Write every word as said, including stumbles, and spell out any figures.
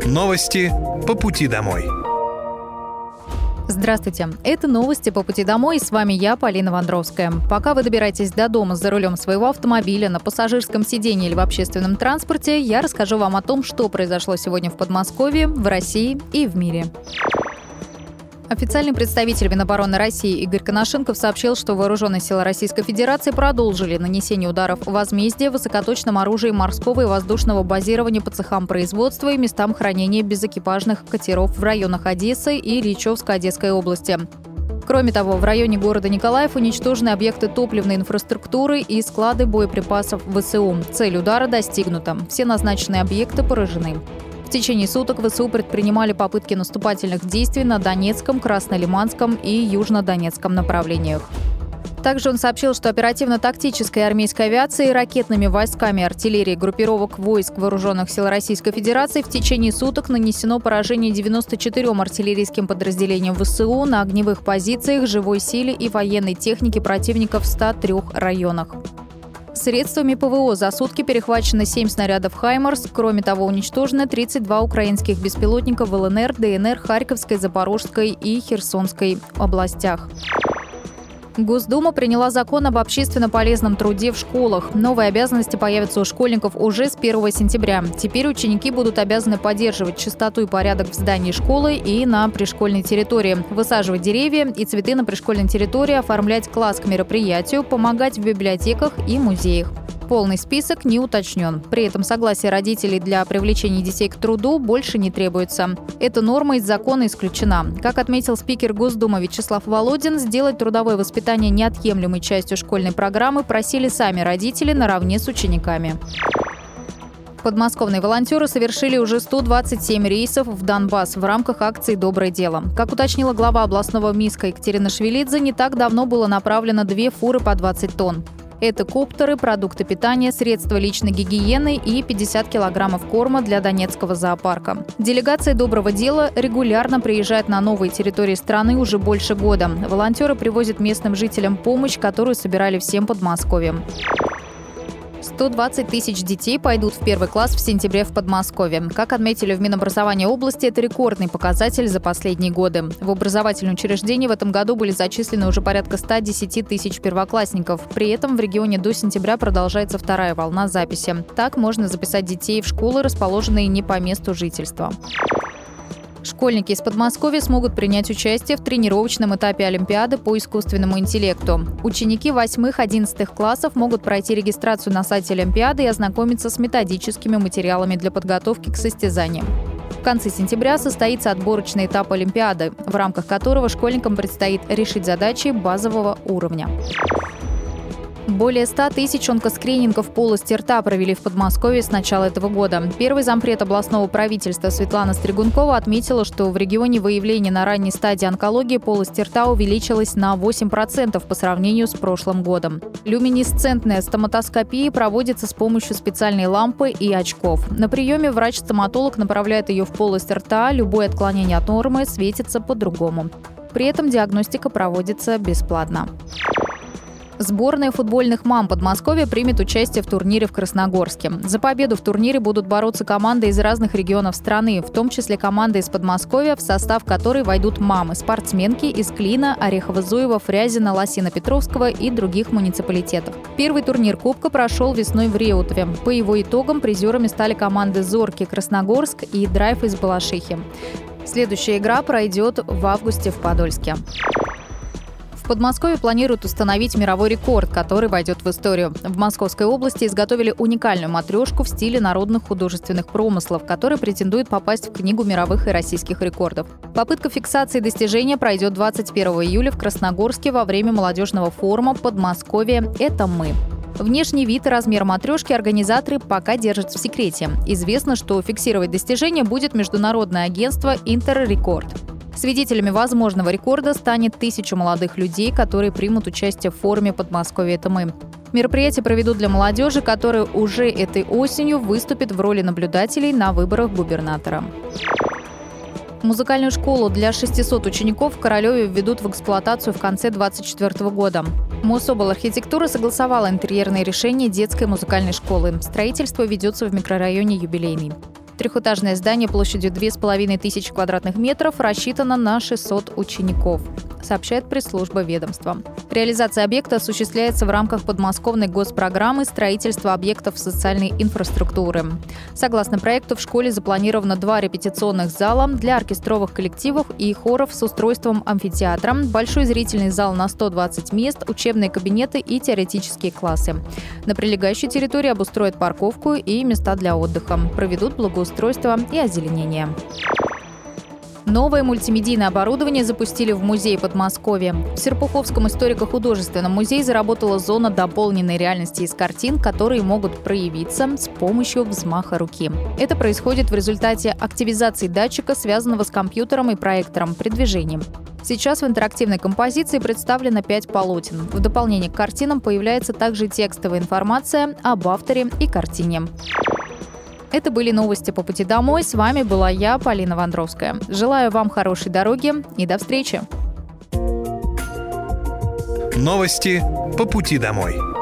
Новости по пути домой. Здравствуйте, это новости по пути домой, и с вами я, Полина Вандровская. Пока вы добираетесь до дома за рулем своего автомобиля, на пассажирском сидении или в общественном транспорте, я расскажу вам о том, что произошло сегодня в Подмосковье, в России и в мире. Официальный представитель Минобороны России Игорь Конашенков сообщил, что вооруженные силы Российской Федерации продолжили нанесение ударов возмездия высокоточным оружием морского и воздушного базирования по цехам производства и местам хранения безэкипажных катеров в районах Одессы и Ильичевско-Одесской области. Кроме того, в районе города Николаев уничтожены объекты топливной инфраструктуры и склады боеприпасов ВСУ. Цель удара достигнута. Все назначенные объекты поражены. В течение суток ВСУ предпринимали попытки наступательных действий на Донецком, Краснолиманском и Южнодонецком направлениях. Также он сообщил, что оперативно-тактической армейской авиацией, ракетными войсками, артиллерией группировок войск Вооруженных сил Российской Федерации в течение суток нанесено поражение девяноста четырем артиллерийским подразделениям ВСУ на огневых позициях, живой силе и военной технике противника в ста трёх районах. Средствами ПВО за сутки перехвачено семь снарядов «Хаймарс». Кроме того, уничтожено тридцать два украинских беспилотника в ЛНР, ДНР, Харьковской, Запорожской и Херсонской областях. Госдума приняла закон об общественно полезном труде в школах. Новые обязанности появятся у школьников уже с первого сентября. Теперь ученики будут обязаны поддерживать чистоту и порядок в здании школы и на пришкольной территории, высаживать деревья и цветы на пришкольной территории, оформлять класс к мероприятию, помогать в библиотеках и музеях. Полный список не уточнен. При этом согласие родителей для привлечения детей к труду больше не требуется. Эта норма из закона исключена. Как отметил спикер Госдумы Вячеслав Володин, сделать трудовое воспитание неотъемлемой частью школьной программы просили сами родители наравне с учениками. Подмосковные волонтеры совершили уже сто двадцать семь рейсов в Донбасс в рамках акции «Доброе дело». Как уточнила глава областного МИСКа Екатерина Швелидзе, не так давно было направлено две фуры по двадцать тонн. Это коптеры, продукты питания, средства личной гигиены и пятьдесят килограммов корма для Донецкого зоопарка. Делегация «Доброго дела» регулярно приезжает на новые территории страны уже больше года. Волонтеры привозят местным жителям помощь, которую собирали всем Подмосковьем. сто двадцать тысяч детей пойдут в первый класс в сентябре в Подмосковье. Как отметили в Минобразования области, это рекордный показатель за последние годы. В образовательные учреждения в этом году были зачислены уже порядка ста десяти тысяч первоклассников. При этом в регионе до сентября продолжается вторая волна записи. Так можно записать детей в школы, расположенные не по месту жительства. Школьники из Подмосковья смогут принять участие в тренировочном этапе Олимпиады по искусственному интеллекту. Ученики восьмых-одиннадцатых классов могут пройти регистрацию на сайте Олимпиады и ознакомиться с методическими материалами для подготовки к состязаниям. В конце сентября состоится отборочный этап Олимпиады, в рамках которого школьникам предстоит решить задачи базового уровня. Более ста тысяч онкоскринингов полости рта провели в Подмосковье с начала этого года. Первый зампред областного правительства Светлана Стригункова отметила, что в регионе выявление на ранней стадии онкологии полости рта увеличилось на восемь процентов по сравнению с прошлым годом. Люминесцентная стоматоскопия проводится с помощью специальной лампы и очков. На приеме врач-стоматолог направляет ее в полость рта, любое отклонение от нормы светится по-другому. При этом диагностика проводится бесплатно. Сборная футбольных мам Подмосковья примет участие в турнире в Красногорске. За победу в турнире будут бороться команды из разных регионов страны, в том числе команды из Подмосковья, в состав которой войдут мамы-спортсменки из Клина, Орехово-Зуева, Фрязино, Лосино-Петровского и других муниципалитетов. Первый турнир Кубка прошел весной в Реутове. По его итогам призерами стали команды «Зорки» Красногорск и «Драйв» из Балашихи. Следующая игра пройдет в августе в Подольске. В Подмосковье планируют установить мировой рекорд, который войдет в историю. В Московской области изготовили уникальную матрешку в стиле народных художественных промыслов, которая претендует попасть в Книгу мировых и российских рекордов. Попытка фиксации достижения пройдет двадцать первого июля в Красногорске во время молодежного форума «Подмосковье – это мы». Внешний вид и размер матрешки организаторы пока держат в секрете. Известно, что фиксировать достижение будет международное агентство «Интеррекорд». Свидетелями возможного рекорда станет тысяча молодых людей, которые примут участие в форуме «Подмосковье – это мы». Мероприятие проведут для молодежи, которая уже этой осенью выступит в роли наблюдателей на выборах губернатора. Музыкальную школу для шестисот учеников в Королеве введут в эксплуатацию в конце две тысячи двадцать четвёртого года. Мособлархитектура согласовала интерьерные решения детской музыкальной школы. Строительство ведется в микрорайоне Юбилейный. Трехэтажное здание площадью две с половиной тысячи квадратных метров рассчитано на шестьсот учеников, сообщает пресс-служба ведомства. Реализация объекта осуществляется в рамках подмосковной госпрограммы строительства объектов социальной инфраструктуры. Согласно проекту, в школе запланировано два репетиционных зала для оркестровых коллективов и хоров с устройством амфитеатра, большой зрительный зал на сто двадцать мест, учебные кабинеты и теоретические классы. На прилегающей территории обустроят парковку и места для отдыха, проведут благоустройство и озеленение. Новое мультимедийное оборудование запустили в музее Подмосковья. В Серпуховском историко-художественном музее заработала зона дополненной реальности из картин, которые могут проявиться с помощью взмаха руки. Это происходит в результате активизации датчика, связанного с компьютером и проектором при движении. Сейчас в интерактивной композиции представлено пять полотен. В дополнение к картинам появляется также текстовая информация об авторе и картине. Это были новости по пути домой. С вами была я, Полина Вандровская. Желаю вам хорошей дороги и до встречи. Новости по пути домой.